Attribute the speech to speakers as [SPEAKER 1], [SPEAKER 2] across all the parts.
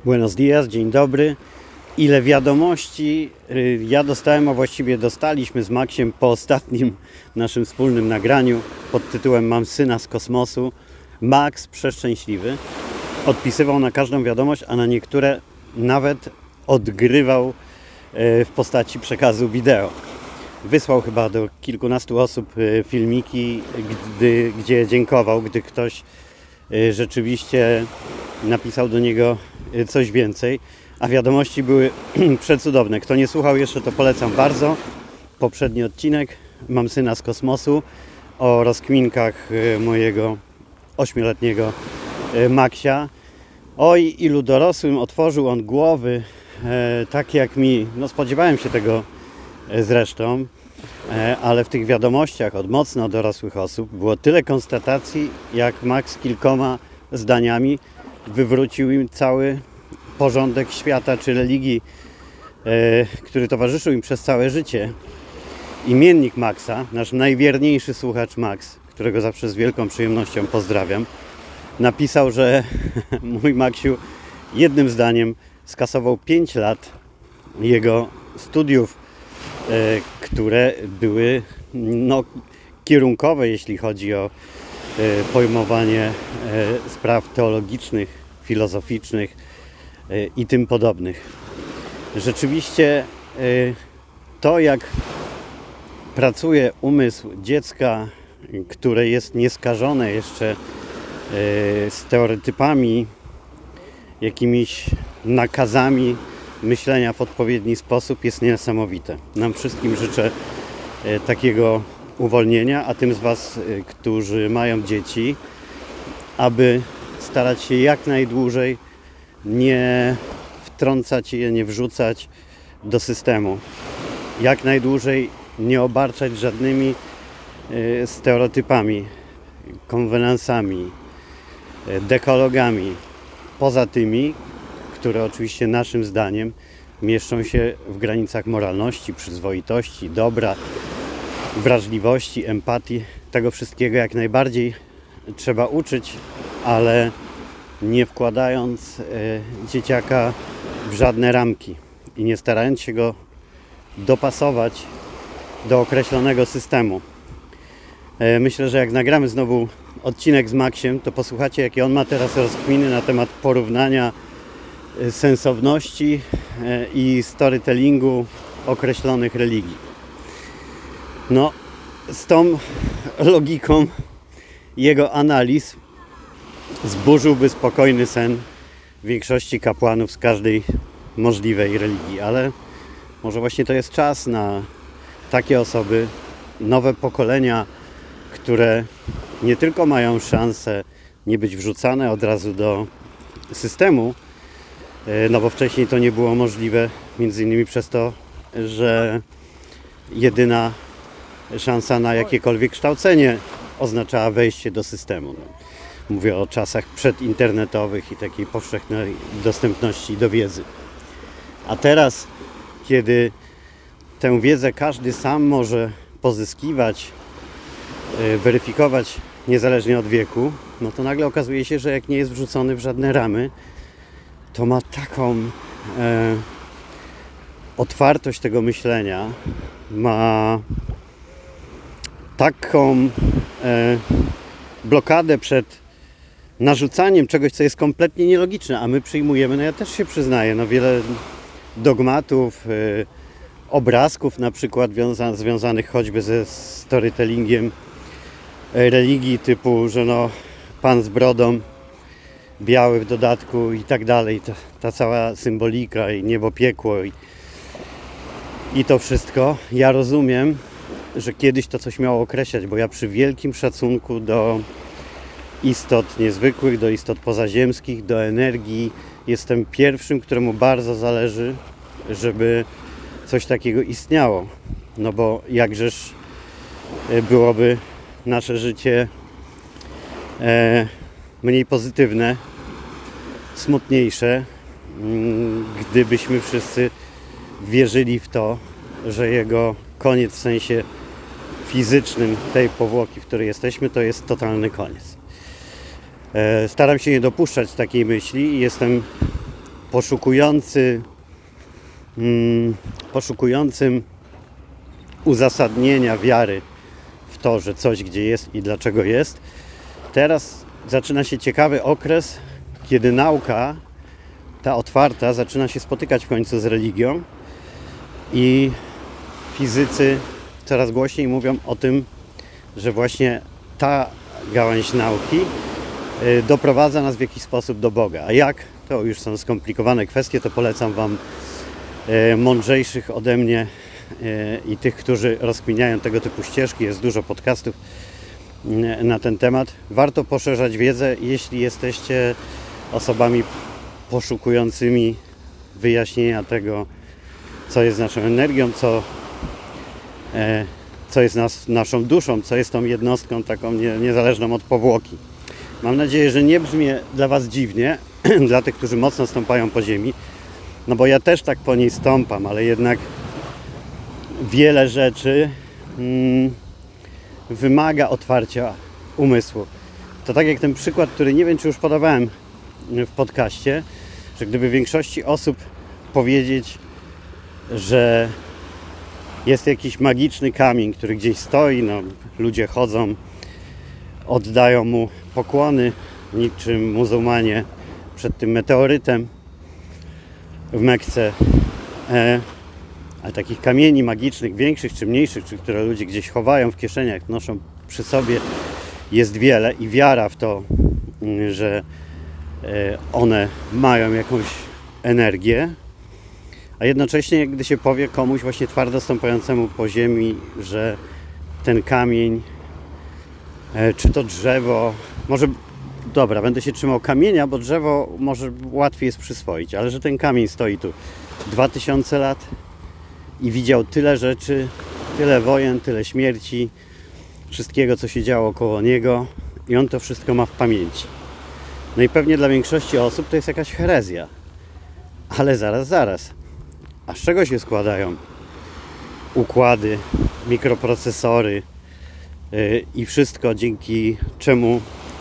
[SPEAKER 1] Buenos dias, dzień dobry. Ile wiadomości ja dostałem, a właściwie dostaliśmy z Maxiem po ostatnim naszym wspólnym nagraniu pod tytułem Mam syna z kosmosu. Max, przeszczęśliwy, odpisywał na każdą wiadomość, a na niektóre nawet odgrywał w postaci przekazu wideo. Wysłał chyba do kilkunastu osób filmiki, gdzie dziękował, gdy ktoś rzeczywiście napisał do niego coś więcej, a wiadomości były przecudowne. Kto nie słuchał jeszcze, to polecam bardzo. Poprzedni odcinek Mam syna z kosmosu o rozkminkach mojego 8-letniego Maxia. Oj, ilu dorosłym otworzył on głowy, tak jak mi. No spodziewałem się tego zresztą, ale w tych wiadomościach od mocno dorosłych osób było tyle konstatacji, jak Max kilkoma zdaniami wywrócił im cały porządek świata czy religii, który towarzyszył im przez całe życie. Imiennik Maxa, nasz najwierniejszy słuchacz Max, którego zawsze z wielką przyjemnością pozdrawiam, napisał, że mój Maxiu jednym zdaniem skasował 5 lat jego studiów, które były kierunkowe, jeśli chodzi o pojmowanie spraw teologicznych, filozoficznych i tym podobnych. Rzeczywiście to, jak pracuje umysł dziecka, które jest nieskażone jeszcze stereotypami, jakimiś nakazami myślenia w odpowiedni sposób, jest niesamowite. Nam wszystkim życzę takiego uwolnienia, a tym z Was, którzy mają dzieci, aby starać się jak najdłużej nie wtrącać je, nie wrzucać do systemu. Jak najdłużej nie obarczać żadnymi stereotypami, konwenansami, dekologami, poza tymi, które oczywiście naszym zdaniem mieszczą się w granicach moralności, przyzwoitości, dobra, wrażliwości, empatii. Tego wszystkiego jak najbardziej trzeba uczyć, ale nie wkładając dzieciaka w żadne ramki i nie starając się go dopasować do określonego systemu. Myślę, że jak nagramy znowu odcinek z Maxiem, to posłuchacie, jakie on ma teraz rozkminy na temat porównania sensowności i storytellingu określonych religii. No, z tą logiką jego analiz zburzyłby spokojny sen większości kapłanów z każdej możliwej religii, ale może właśnie to jest czas na takie osoby, nowe pokolenia, które nie tylko mają szansę nie być wrzucane od razu do systemu, no bo wcześniej to nie było możliwe, między innymi przez to, że jedyna szansa na jakiekolwiek kształcenie oznaczała wejście do systemu. Mówię o czasach przedinternetowych i takiej powszechnej dostępności do wiedzy. A teraz, kiedy tę wiedzę każdy sam może pozyskiwać, weryfikować niezależnie od wieku, no to nagle okazuje się, że jak nie jest wrzucony w żadne ramy, to ma taką otwartość tego myślenia, ma taką blokadę przed narzucaniem czegoś, co jest kompletnie nielogiczne, a my przyjmujemy, no ja też się przyznaję, wiele dogmatów, obrazków na przykład związanych choćby ze storytellingiem religii, typu, że pan z brodą, biały w dodatku i tak dalej, ta cała symbolika i niebo, piekło i to wszystko. Ja rozumiem, że kiedyś to coś miało określać, bo ja przy wielkim szacunku do istot niezwykłych, do istot pozaziemskich, do energii jestem pierwszym, któremu bardzo zależy, żeby coś takiego istniało. No bo jakżeż byłoby nasze życie mniej pozytywne, smutniejsze, gdybyśmy wszyscy wierzyli w to, że jego koniec w sensie fizycznym tej powłoki, w której jesteśmy, to jest totalny koniec. Staram się nie dopuszczać takiej myśli i jestem poszukującym uzasadnienia wiary w to, że coś gdzie jest i dlaczego jest. Teraz zaczyna się ciekawy okres, kiedy nauka, ta otwarta, zaczyna się spotykać w końcu z religią i fizycy coraz głośniej mówią o tym, że właśnie ta gałęź nauki doprowadza nas w jakiś sposób do Boga. A jak? To już są skomplikowane kwestie, to polecam Wam mądrzejszych ode mnie i tych, którzy rozkminiają tego typu ścieżki. Jest dużo podcastów na ten temat. Warto poszerzać wiedzę, jeśli jesteście osobami poszukującymi wyjaśnienia tego, co jest naszą energią, co jest naszą duszą, co jest tą jednostką taką niezależną od powłoki. Mam nadzieję, że nie brzmi dla Was dziwnie, dla tych, którzy mocno stąpają po ziemi, no bo ja też tak po niej stąpam, ale jednak wiele rzeczy wymaga otwarcia umysłu. To tak jak ten przykład, który nie wiem, czy już podawałem w podcaście, że gdyby większości osób powiedzieć, że jest jakiś magiczny kamień, który gdzieś stoi, no, ludzie chodzą, oddają mu pokłony, niczym muzułmanie przed tym meteorytem w Mekce. Ale takich kamieni magicznych, większych czy mniejszych, czy które ludzie gdzieś chowają w kieszeniach, noszą przy sobie, jest wiele i wiara w to, że one mają jakąś energię, a jednocześnie, gdy się powie komuś właśnie twardo stąpającemu po ziemi, że ten kamień, czy to drzewo, może, dobra, będę się trzymał kamienia, bo drzewo może łatwiej jest przyswoić, ale że ten kamień stoi tu 2000 lat i widział tyle rzeczy, tyle wojen, tyle śmierci, wszystkiego, co się działo koło niego i on to wszystko ma w pamięci. No i pewnie dla większości osób to jest jakaś herezja. Ale zaraz. A z czego się składają układy, mikroprocesory i wszystko, dzięki czemu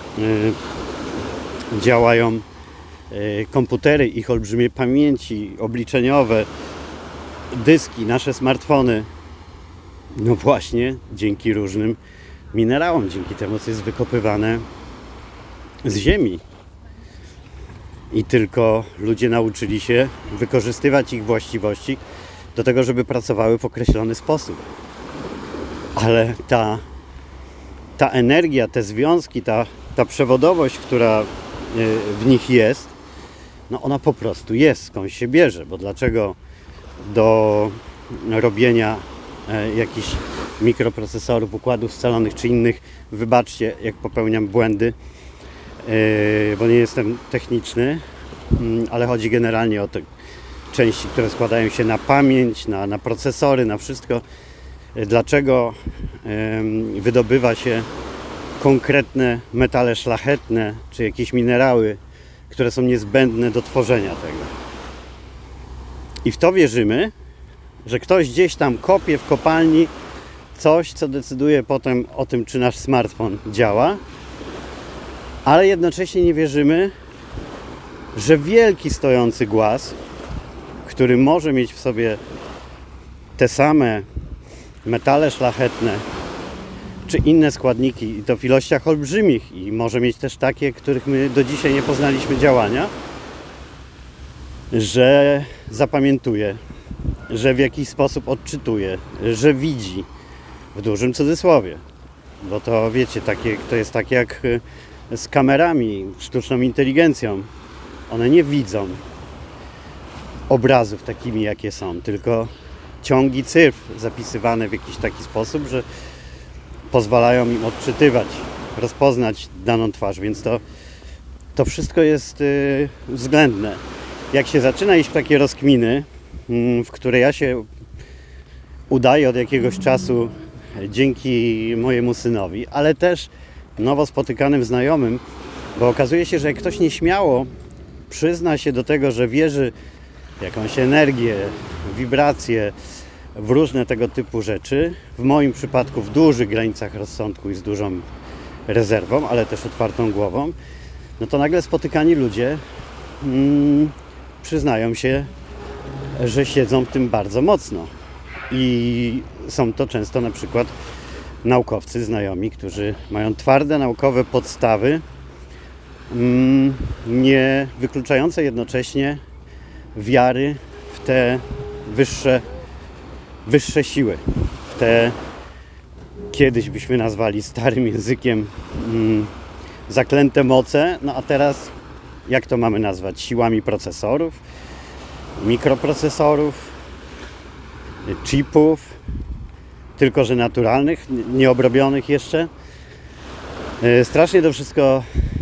[SPEAKER 1] działają komputery, ich olbrzymie pamięci obliczeniowe, dyski, nasze smartfony? No właśnie dzięki różnym minerałom, dzięki temu, co jest wykopywane z ziemi. I tylko ludzie nauczyli się wykorzystywać ich właściwości do tego, żeby pracowały w określony sposób. Ale ta energia, te związki, ta przewodowość, która w nich jest, no ona po prostu jest, skąd się bierze, bo dlaczego do robienia jakichś mikroprocesorów, układów scalonych czy innych, wybaczcie, jak popełniam błędy, bo nie jestem techniczny, ale chodzi generalnie o te części, które składają się na pamięć, na procesory, na wszystko. Dlaczego wydobywa się konkretne metale szlachetne, czy jakieś minerały, które są niezbędne do tworzenia tego. I w to wierzymy, że ktoś gdzieś tam kopie w kopalni coś, co decyduje potem o tym, czy nasz smartfon działa, ale jednocześnie nie wierzymy, że wielki stojący głaz, który może mieć w sobie te same metale szlachetne czy inne składniki, i to w ilościach olbrzymich, i może mieć też takie, których my do dzisiaj nie poznaliśmy działania, że zapamiętuje, że w jakiś sposób odczytuje, że widzi, w dużym cudzysłowie. Bo to wiecie, to jest tak jak z kamerami, sztuczną inteligencją. One nie widzą obrazów takimi, jakie są, tylko ciągi cyfr zapisywane w jakiś taki sposób, że pozwalają im odczytywać, rozpoznać daną twarz, więc to wszystko jest względne. Jak się zaczyna iść w takie rozkminy, w które ja się udaję od jakiegoś czasu dzięki mojemu synowi, ale też nowo spotykanym znajomym, bo okazuje się, że jak ktoś nieśmiało przyzna się do tego, że wierzy w jakąś energię, wibracje, w różne tego typu rzeczy, w moim przypadku w dużych granicach rozsądku i z dużą rezerwą, ale też otwartą głową, no to nagle spotykani ludzie przyznają się, że siedzą w tym bardzo mocno. I są to często na przykład naukowcy znajomi, którzy mają twarde naukowe podstawy, nie wykluczające jednocześnie wiary w te wyższe siły, w te, kiedyś byśmy nazwali starym językiem, zaklęte moce, no a teraz jak to mamy nazwać? Siłami procesorów, mikroprocesorów, chipów, tylko że naturalnych, nieobrobionych jeszcze. Strasznie to wszystko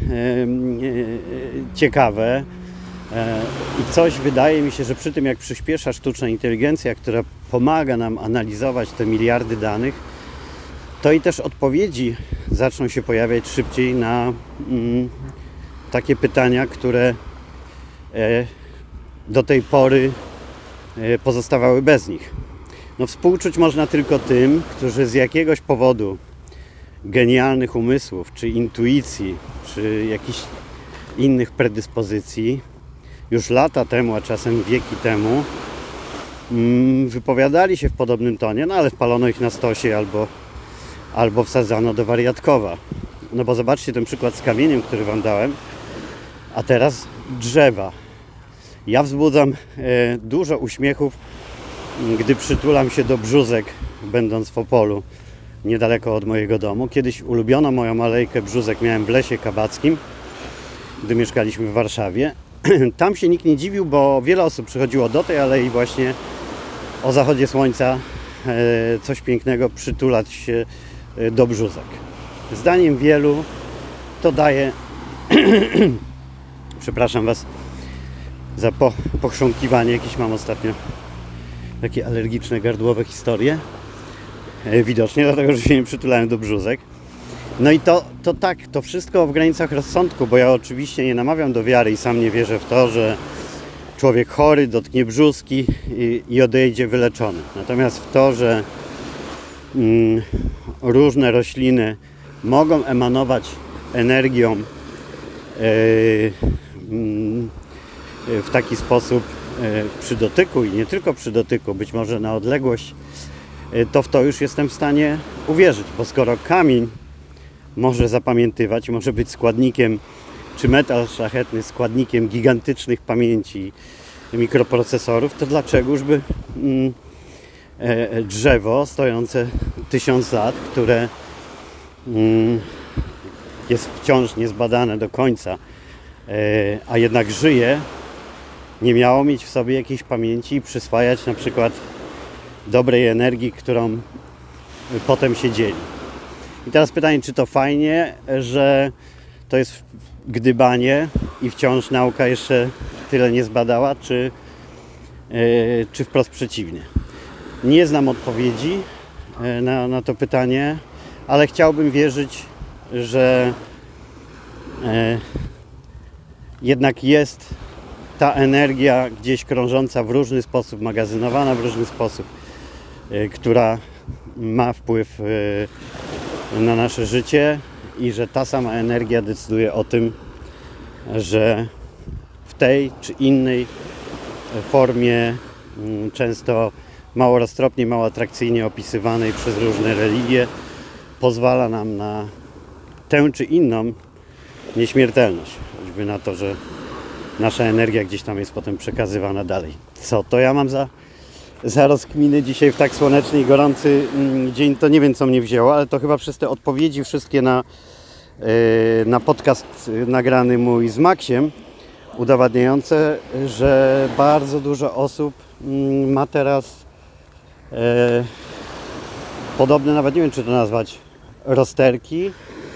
[SPEAKER 1] ciekawe i coś wydaje mi się, że przy tym jak przyspiesza sztuczna inteligencja, która pomaga nam analizować te miliardy danych, to i też odpowiedzi zaczną się pojawiać szybciej na takie pytania, które do tej pory pozostawały bez nich. No, współczuć można tylko tym, którzy z jakiegoś powodu genialnych umysłów, czy intuicji, czy jakichś innych predyspozycji już lata temu, a czasem wieki temu wypowiadali się w podobnym tonie, no ale wpalono ich na stosie albo wsadzano do wariatkowa. No bo zobaczcie ten przykład z kamieniem, który Wam dałem, a teraz drzewa. Ja wzbudzam dużo uśmiechów, gdy przytulam się do brzózek, będąc w Opolu, niedaleko od mojego domu. Kiedyś ulubioną moją alejkę brzózek miałem w Lesie Kabackim, gdy mieszkaliśmy w Warszawie. Tam się nikt nie dziwił, bo wiele osób przychodziło do tej alei właśnie o zachodzie słońca coś pięknego przytulać się do brzózek. Zdaniem wielu to daje przepraszam Was za pochrząkiwanie, jakieś mam ostatnio takie alergiczne gardłowe historie, widocznie dlatego, że się nie przytulałem do brzózek. No i to tak, to wszystko w granicach rozsądku, bo ja oczywiście nie namawiam do wiary i sam nie wierzę w to, że człowiek chory dotknie brzózki i odejdzie wyleczony. Natomiast w to, że różne rośliny mogą emanować energią w taki sposób przy dotyku i nie tylko przy dotyku, być może na odległość, to w to już jestem w stanie uwierzyć, bo skoro kamień może zapamiętywać, może być składnikiem, czy metal szlachetny składnikiem gigantycznych pamięci mikroprocesorów, to dlaczegoż by drzewo stojące 1000 lat, które jest wciąż niezbadane do końca, a jednak żyje, nie miało mieć w sobie jakiejś pamięci i przyswajać na przykład dobrej energii, którą potem się dzieli. I teraz pytanie, czy to fajnie, że to jest gdybanie i wciąż nauka jeszcze tyle nie zbadała, czy wprost przeciwnie. Nie znam odpowiedzi na to pytanie, ale chciałbym wierzyć, że jednak jest ta energia gdzieś krążąca w różny sposób, magazynowana w różny sposób, która ma wpływ na nasze życie i że ta sama energia decyduje o tym, że w tej czy innej formie, często mało roztropnie, mało atrakcyjnie opisywanej przez różne religie, pozwala nam na tę czy inną nieśmiertelność. Choćby na to, że nasza energia gdzieś tam jest potem przekazywana dalej. Co to ja mam za rozkminy dzisiaj w tak słoneczny i gorący dzień, to nie wiem, co mnie wzięło, ale to chyba przez te odpowiedzi wszystkie na podcast nagrany mój z Maxiem, udowadniające, że bardzo dużo osób ma teraz podobne, nawet nie wiem, czy to nazwać, rozterki,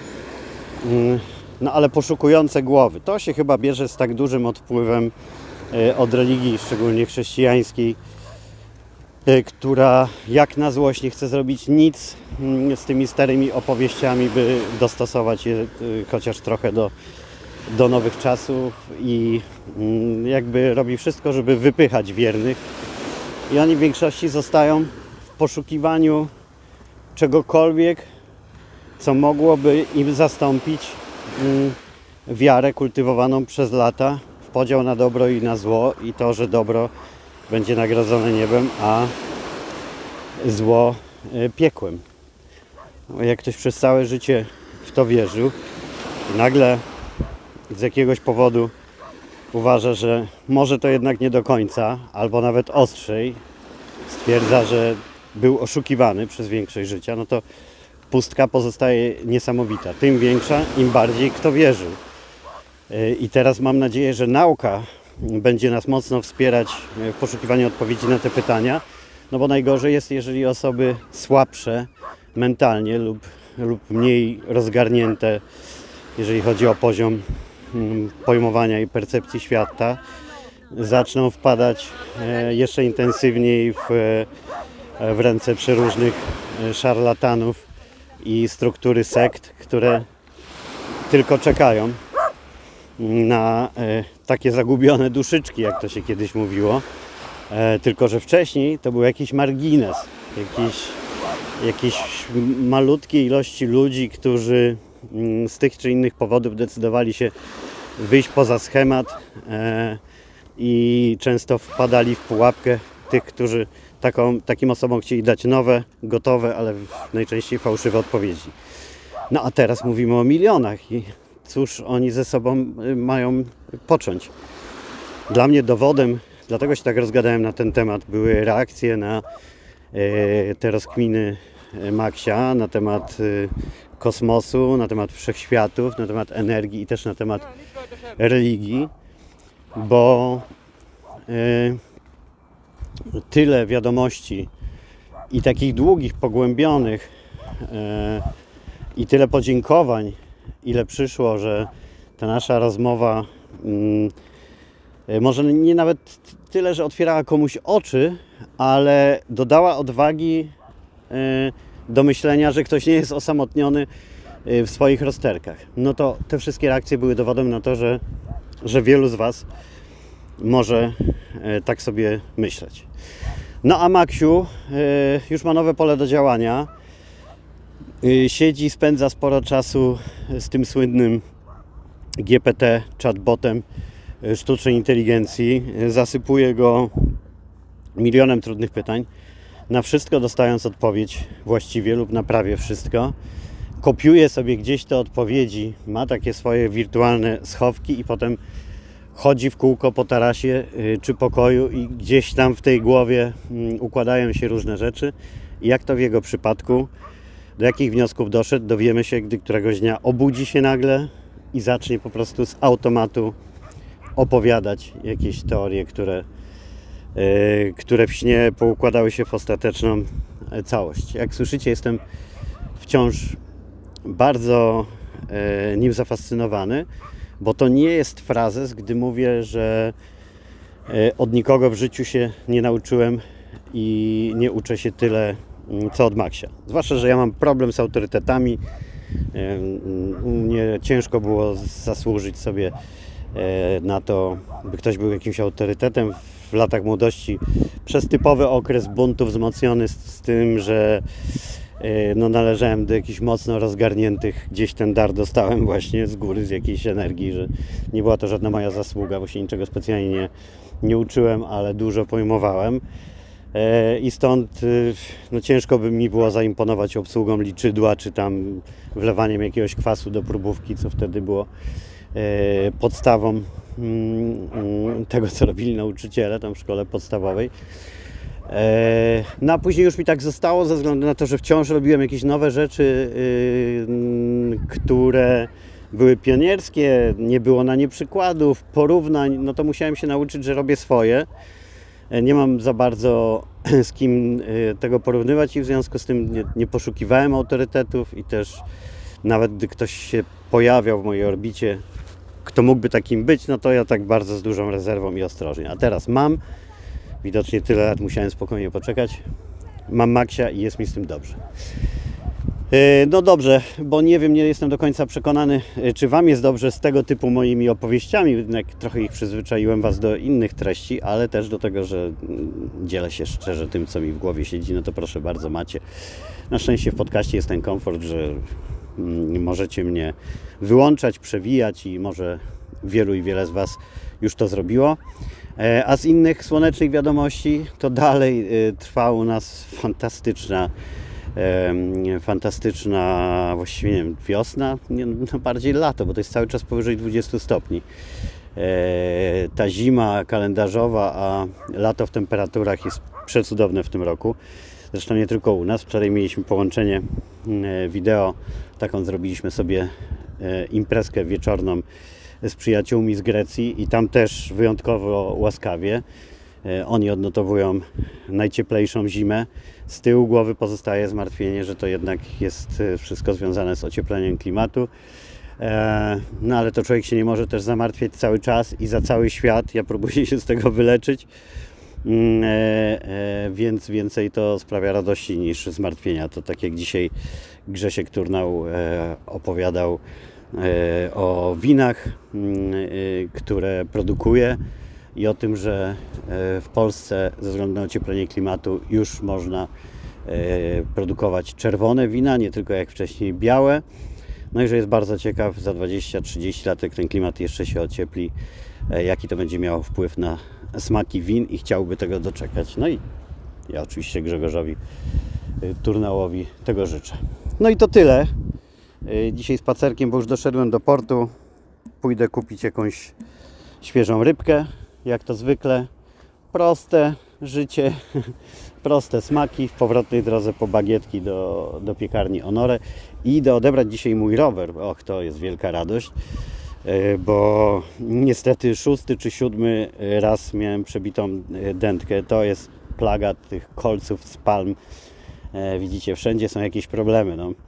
[SPEAKER 1] no ale poszukujące głowy. To się chyba bierze z tak dużym odpływem od religii, szczególnie chrześcijańskiej, która jak na złość nie chce zrobić nic z tymi starymi opowieściami, by dostosować je chociaż trochę do nowych czasów i jakby robi wszystko, żeby wypychać wiernych. I oni w większości zostają w poszukiwaniu czegokolwiek, co mogłoby im zastąpić wiarę kultywowaną przez lata w podział na dobro i na zło i to, że dobro będzie nagrodzone niebem, a zło piekłem. Jak ktoś przez całe życie w to wierzył i nagle z jakiegoś powodu uważa, że może to jednak nie do końca, albo nawet ostrzej stwierdza, że był oszukiwany przez większość życia, no to pustka pozostaje niesamowita. Tym większa, im bardziej kto wierzył. I teraz mam nadzieję, że nauka będzie nas mocno wspierać w poszukiwaniu odpowiedzi na te pytania, no bo najgorzej jest, jeżeli osoby słabsze mentalnie lub mniej rozgarnięte, jeżeli chodzi o poziom pojmowania i percepcji świata, zaczną wpadać jeszcze intensywniej w ręce przeróżnych szarlatanów i struktury sekt, które tylko czekają na takie zagubione duszyczki, jak to się kiedyś mówiło. Tylko że wcześniej to był jakiś margines, jakieś malutkie ilości ludzi, którzy z tych czy innych powodów decydowali się wyjść poza schemat i często wpadali w pułapkę tych, którzy takim osobom chcieli dać nowe, gotowe, ale najczęściej fałszywe odpowiedzi. No a teraz mówimy o milionach i cóż oni ze sobą mają począć. Dla mnie dowodem, dlatego się tak rozgadałem na ten temat, były reakcje na te rozkminy Maksia na temat kosmosu, na temat wszechświatów, na temat energii i też na temat religii, bo tyle wiadomości i takich długich, pogłębionych i tyle podziękowań, ile przyszło, że ta nasza rozmowa może nie nawet tyle, że otwierała komuś oczy, ale dodała odwagi do myślenia, że ktoś nie jest osamotniony w swoich rozterkach. No to te wszystkie reakcje były dowodem na to, że wielu z Was może tak sobie myśleć. No a Maksiu już ma nowe pole do działania. Siedzi, spędza sporo czasu z tym słynnym GPT, chatbotem sztucznej inteligencji. Zasypuje go milionem trudnych pytań. Na wszystko dostając odpowiedź właściwie lub na prawie wszystko. Kopiuje sobie gdzieś te odpowiedzi, ma takie swoje wirtualne schowki i potem chodzi w kółko po tarasie czy pokoju i gdzieś tam w tej głowie układają się różne rzeczy. I jak to w jego przypadku, do jakich wniosków doszedł, dowiemy się, gdy któregoś dnia obudzi się nagle i zacznie po prostu z automatu opowiadać jakieś teorie, które w śnie poukładały się w ostateczną całość. Jak słyszycie, jestem wciąż bardzo nim zafascynowany, bo to nie jest frazes, gdy mówię, że od nikogo w życiu się nie nauczyłem i nie uczę się tyle, co od Maksia. Zwłaszcza, że ja mam problem z autorytetami. U mnie ciężko było zasłużyć sobie na to, by ktoś był jakimś autorytetem w latach młodości przez typowy okres buntu wzmocniony z tym, że należałem do jakichś mocno rozgarniętych, gdzieś ten dar dostałem właśnie z góry, z jakiejś energii, że nie była to żadna moja zasługa, bo się niczego specjalnie nie uczyłem, ale dużo pojmowałem. I stąd ciężko by mi było zaimponować obsługą liczydła, czy tam wlewaniem jakiegoś kwasu do próbówki, co wtedy było podstawą tego, co robili nauczyciele tam w szkole podstawowej. No a później już mi tak zostało ze względu na to, że wciąż robiłem jakieś nowe rzeczy, które były pionierskie, nie było na nie przykładów, porównań, no to musiałem się nauczyć, że robię swoje. Nie mam za bardzo z kim tego porównywać i w związku z tym nie poszukiwałem autorytetów i też nawet gdy ktoś się pojawiał w mojej orbicie, kto mógłby takim być, no to ja tak bardzo z dużą rezerwą i ostrożnie. A teraz mam, widocznie tyle lat musiałem spokojnie poczekać, mam Maksia i jest mi z tym dobrze. No dobrze, bo nie wiem, nie jestem do końca przekonany, czy Wam jest dobrze z tego typu moimi opowieściami, jednak trochę ich przyzwyczaiłem Was do innych treści, ale też do tego, że dzielę się szczerze tym, co mi w głowie siedzi, no to proszę bardzo, macie. Na szczęście w podcaście jest ten komfort, że możecie mnie wyłączać, przewijać i może wielu i wiele z Was już to zrobiło. A z innych słonecznych wiadomości to dalej trwa u nas fantastyczna właściwie nie wiem, wiosna, no bardziej lato, bo to jest cały czas powyżej 20 stopni. Ta zima kalendarzowa, a lato w temperaturach jest przecudowne w tym roku. Zresztą nie tylko u nas. Wczoraj mieliśmy połączenie wideo, taką zrobiliśmy sobie imprezkę wieczorną z przyjaciółmi z Grecji i tam też wyjątkowo łaskawie. Oni odnotowują najcieplejszą zimę. Z tyłu głowy pozostaje zmartwienie, że to jednak jest wszystko związane z ociepleniem klimatu. No ale to człowiek się nie może też zamartwiać cały czas i za cały świat. Ja próbuję się z tego wyleczyć, więc więcej to sprawia radości niż zmartwienia. To tak jak dzisiaj Grzesiek Turnał opowiadał o winach, które produkuje i o tym, że w Polsce ze względu na ocieplenie klimatu już można produkować czerwone wina, nie tylko jak wcześniej białe. No i że jest bardzo ciekaw za 20-30 lat, jak ten klimat jeszcze się ociepli, jaki to będzie miało wpływ na smaki win i chciałby tego doczekać. No i ja oczywiście Grzegorzowi Turnałowi tego życzę. No i to tyle. Dzisiaj spacerkiem, bo już doszedłem do portu. Pójdę kupić jakąś świeżą rybkę, jak to zwykle. Proste życie, proste smaki w powrotnej drodze po bagietki do piekarni Honore. I idę odebrać dzisiaj mój rower. Och, to jest wielka radość, bo niestety 6. czy 7. raz miałem przebitą dętkę. To jest plaga tych kolców z palm. Widzicie, wszędzie są jakieś problemy. No.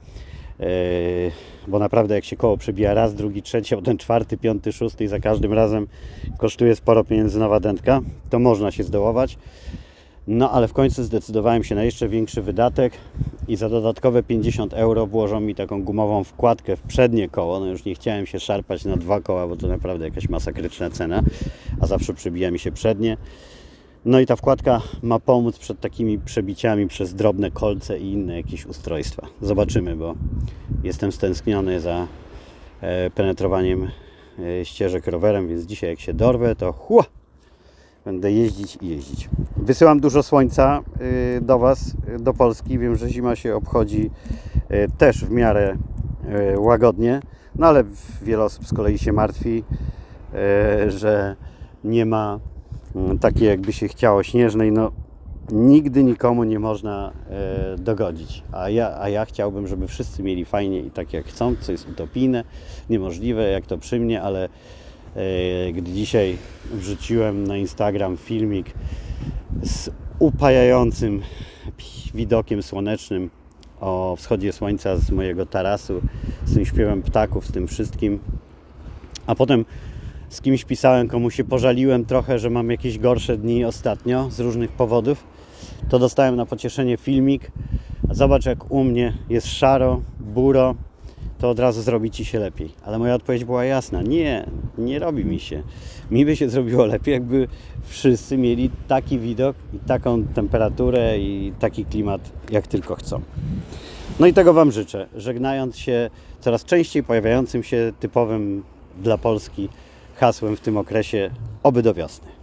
[SPEAKER 1] Bo naprawdę jak się koło przebija raz, drugi, trzeci, potem 4., 5., 6. i za każdym razem kosztuje sporo pieniędzy nowa dętka, to można się zdołować. No ale w końcu zdecydowałem się na jeszcze większy wydatek i za dodatkowe 50 euro włożą mi taką gumową wkładkę w przednie koło. No już nie chciałem się szarpać na 2 koła, bo to naprawdę jakaś masakryczna cena, a zawsze przebija mi się przednie. No i ta wkładka ma pomóc przed takimi przebiciami przez drobne kolce i inne jakieś ustrojstwa. Zobaczymy, bo jestem stęskniony za penetrowaniem ścieżek rowerem, więc dzisiaj jak się dorwę, to będę jeździć i jeździć. Wysyłam dużo słońca do Was, do Polski. Wiem, że zima się obchodzi też w miarę łagodnie, no ale wiele osób z kolei się martwi, że nie ma takiej, jakby się chciało, śnieżnej. No nigdy nikomu nie można dogodzić, a ja chciałbym, żeby wszyscy mieli fajnie i tak jak chcą, co jest utopijne, niemożliwe jak to przy mnie, ale gdy dzisiaj wrzuciłem na Instagram filmik z upajającym widokiem słonecznym o wschodzie słońca z mojego tarasu, z tym śpiewem ptaków, z tym wszystkim, a potem z kimś pisałem, komu się pożaliłem trochę, że mam jakieś gorsze dni ostatnio z różnych powodów, to dostałem na pocieszenie filmik. Zobacz, jak u mnie jest szaro, buro, to od razu zrobi Ci się lepiej. Ale moja odpowiedź była jasna. Nie robi mi się. Mi by się zrobiło lepiej, jakby wszyscy mieli taki widok i taką temperaturę i taki klimat, jak tylko chcą. No i tego Wam życzę, żegnając się coraz częściej pojawiającym się typowym dla Polski hasłem w tym okresie: oby do wiosny.